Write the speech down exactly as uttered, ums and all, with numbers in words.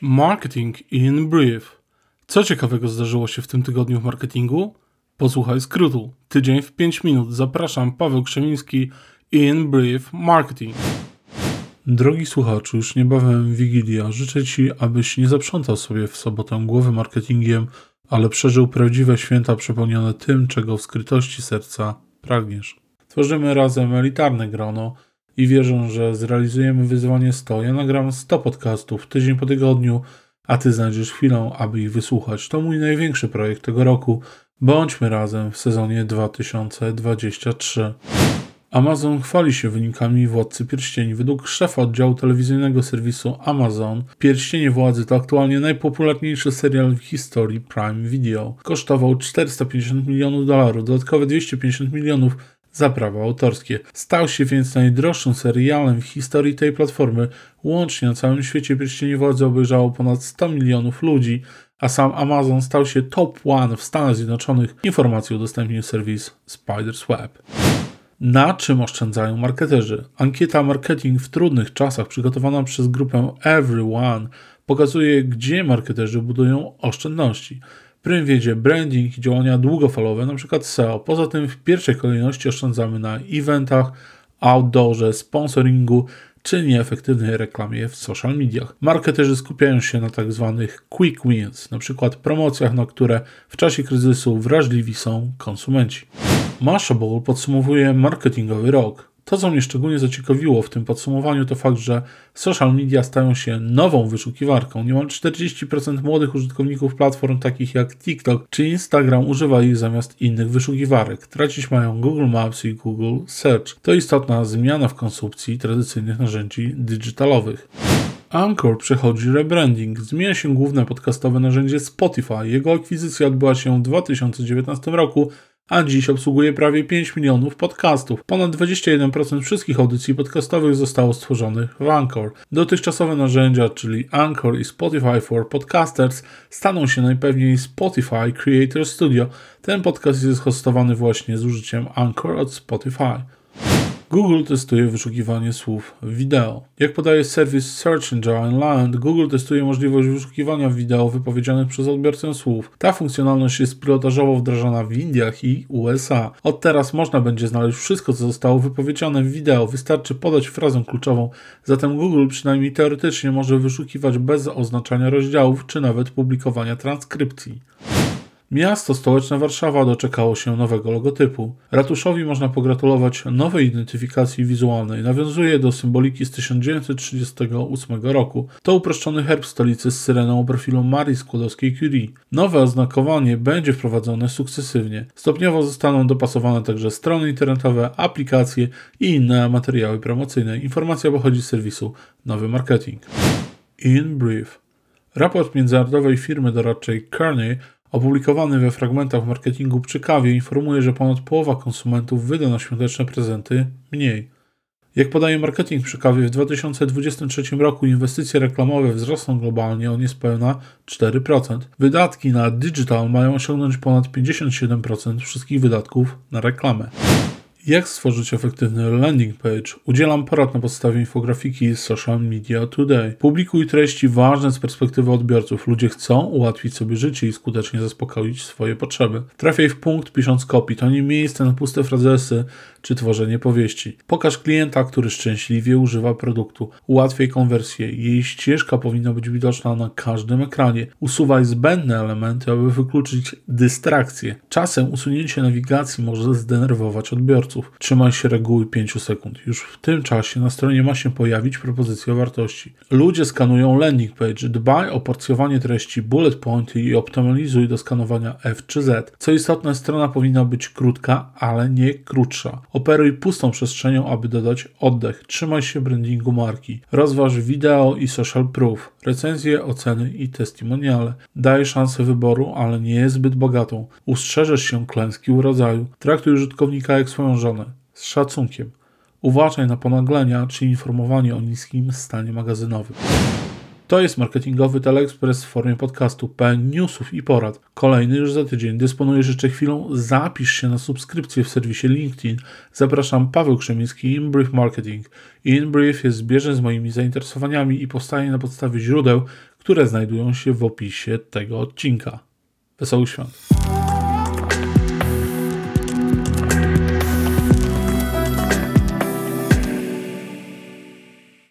Marketing in Brief. Co ciekawego zdarzyło się w tym tygodniu w marketingu? Posłuchaj skrótu. Tydzień w pięć minut. Zapraszam, Paweł Krzemiński, in Brief Marketing. Drogi słuchaczu, już niebawem Wigilia. Życzę Ci, abyś nie zaprzątał sobie w sobotę głowy marketingiem, ale przeżył prawdziwe święta przepełnione tym, czego w skrytości serca pragniesz. Tworzymy razem elitarne grono i wierzę, że zrealizujemy wyzwanie sto. Ja nagram sto podcastów tydzień po tygodniu, a Ty znajdziesz chwilę, aby ich wysłuchać. To mój największy projekt tego roku. Bądźmy razem w sezonie dwa tysiące dwudziestym trzecim. Amazon chwali się wynikami Władcy Pierścieni. Według szefa oddziału telewizyjnego serwisu Amazon, Pierścienie Władzy to aktualnie najpopularniejszy serial w historii Prime Video. Kosztował czterysta pięćdziesiąt milionów dolarów, dodatkowe dwieście pięćdziesiąt milionów za prawa autorskie. Stał się więc najdroższym serialem w historii tej platformy. Łącznie na całym świecie Pierścienie Władzy obejrzało ponad sto milionów ludzi, a sam Amazon stał się top one w Stanach Zjednoczonych. Informacje udostępnił serwis Spider's Web. Na czym oszczędzają marketerzy? Ankieta Marketing w trudnych czasach przygotowana przez grupę Everyone pokazuje, gdzie marketerzy budują oszczędności. Prym wiedzie branding i działania długofalowe, np. S E O. Poza tym w pierwszej kolejności oszczędzamy na eventach, outdoorze, sponsoringu czy nieefektywnej reklamie w social mediach. Marketerzy skupiają się na tzw. quick wins, np. promocjach, na które w czasie kryzysu wrażliwi są konsumenci. Mashable podsumowuje marketingowy rok. To, co mnie szczególnie zaciekawiło w tym podsumowaniu, to fakt, że social media stają się nową wyszukiwarką. Niemal czterdzieści procent młodych użytkowników platform takich jak TikTok czy Instagram używa ich zamiast innych wyszukiwarek. Tracić mają Google Maps i Google Search. To istotna zmiana w konsumpcji tradycyjnych narzędzi digitalowych. Anchor przechodzi rebranding. Zmienia się główne podcastowe narzędzie Spotify. Jego akwizycja odbyła się w dwa tysiące dziewiętnastym roku, a dziś obsługuje prawie pięć milionów podcastów. Ponad dwadzieścia jeden procent wszystkich audycji podcastowych zostało stworzonych w Anchor. Dotychczasowe narzędzia, czyli Anchor i Spotify for Podcasters, staną się najpewniej Spotify Creator Studio. Ten podcast jest hostowany właśnie z użyciem Anchor od Spotify. Google testuje wyszukiwanie słów wideo. Jak podaje serwis Search Engine Land, Google testuje możliwość wyszukiwania wideo wypowiedzianych przez odbiorcę słów. Ta funkcjonalność jest pilotażowo wdrażana w Indiach i U S A. Od teraz można będzie znaleźć wszystko, co zostało wypowiedziane w wideo. Wystarczy podać frazę kluczową, zatem Google przynajmniej teoretycznie może wyszukiwać bez oznaczania rozdziałów, czy nawet publikowania transkrypcji. Miasto stołeczne Warszawa doczekało się nowego logotypu. Ratuszowi można pogratulować nowej identyfikacji wizualnej. Nawiązuje do symboliki z tysiąc dziewięćset trzydziestego ósmego roku. To uproszczony herb stolicy z syreną o profilu Marii Skłodowskiej-Curie. Nowe oznakowanie będzie wprowadzone sukcesywnie. Stopniowo zostaną dopasowane także strony internetowe, aplikacje i inne materiały promocyjne. Informacja pochodzi z serwisu Nowy Marketing. In Brief. Raport międzynarodowej firmy doradczej Kearney opublikowany we fragmentach marketingu przy kawie informuje, że ponad połowa konsumentów wyda na świąteczne prezenty mniej. Jak podaje marketing przy kawie, w dwa tysiące dwudziestym trzecim roku inwestycje reklamowe wzrosną globalnie o niespełna cztery procent. Wydatki na digital mają osiągnąć ponad pięćdziesiąt siedem procent wszystkich wydatków na reklamę. Jak stworzyć efektywny landing page? Udzielam porad na podstawie infografiki z Social Media Today. Publikuj treści ważne z perspektywy odbiorców. Ludzie chcą ułatwić sobie życie i skutecznie zaspokoić swoje potrzeby. Trafiaj w punkt pisząc copy. To nie miejsce na puste frazesy czy tworzenie powieści. Pokaż klienta, który szczęśliwie używa produktu. Ułatwiaj konwersję. Jej ścieżka powinna być widoczna na każdym ekranie. Usuwaj zbędne elementy, aby wykluczyć dystrakcje. Czasem usunięcie nawigacji może zdenerwować odbiorców. Trzymaj się reguły pięć sekund. Już w tym czasie na stronie ma się pojawić propozycja wartości. Ludzie skanują landing page. Dbaj o porcjowanie treści, bullet pointy i optymalizuj do skanowania F czy Z. Co istotne, strona powinna być krótka, ale nie krótsza. Operuj pustą przestrzenią, aby dodać oddech. Trzymaj się brandingu marki. Rozważ wideo i social proof. Recenzje, oceny i testimoniale. Daj szansę wyboru, ale nie jest zbyt bogatą. Ustrzeżesz się klęski urodzaju. Traktuj użytkownika jak swoją żonę. Z szacunkiem. Uważaj na ponaglenia czy informowanie o niskim stanie magazynowym. To jest marketingowy teleekspres w formie podcastu, pełen newsów i porad. Kolejny już za tydzień. Dysponujesz jeszcze chwilą? Zapisz się na subskrypcję w serwisie LinkedIn. Zapraszam, Paweł Krzemiński, InBrief Marketing. InBrief jest zbieżny z moimi zainteresowaniami i powstaje na podstawie źródeł, które znajdują się w opisie tego odcinka. Wesołych świąt!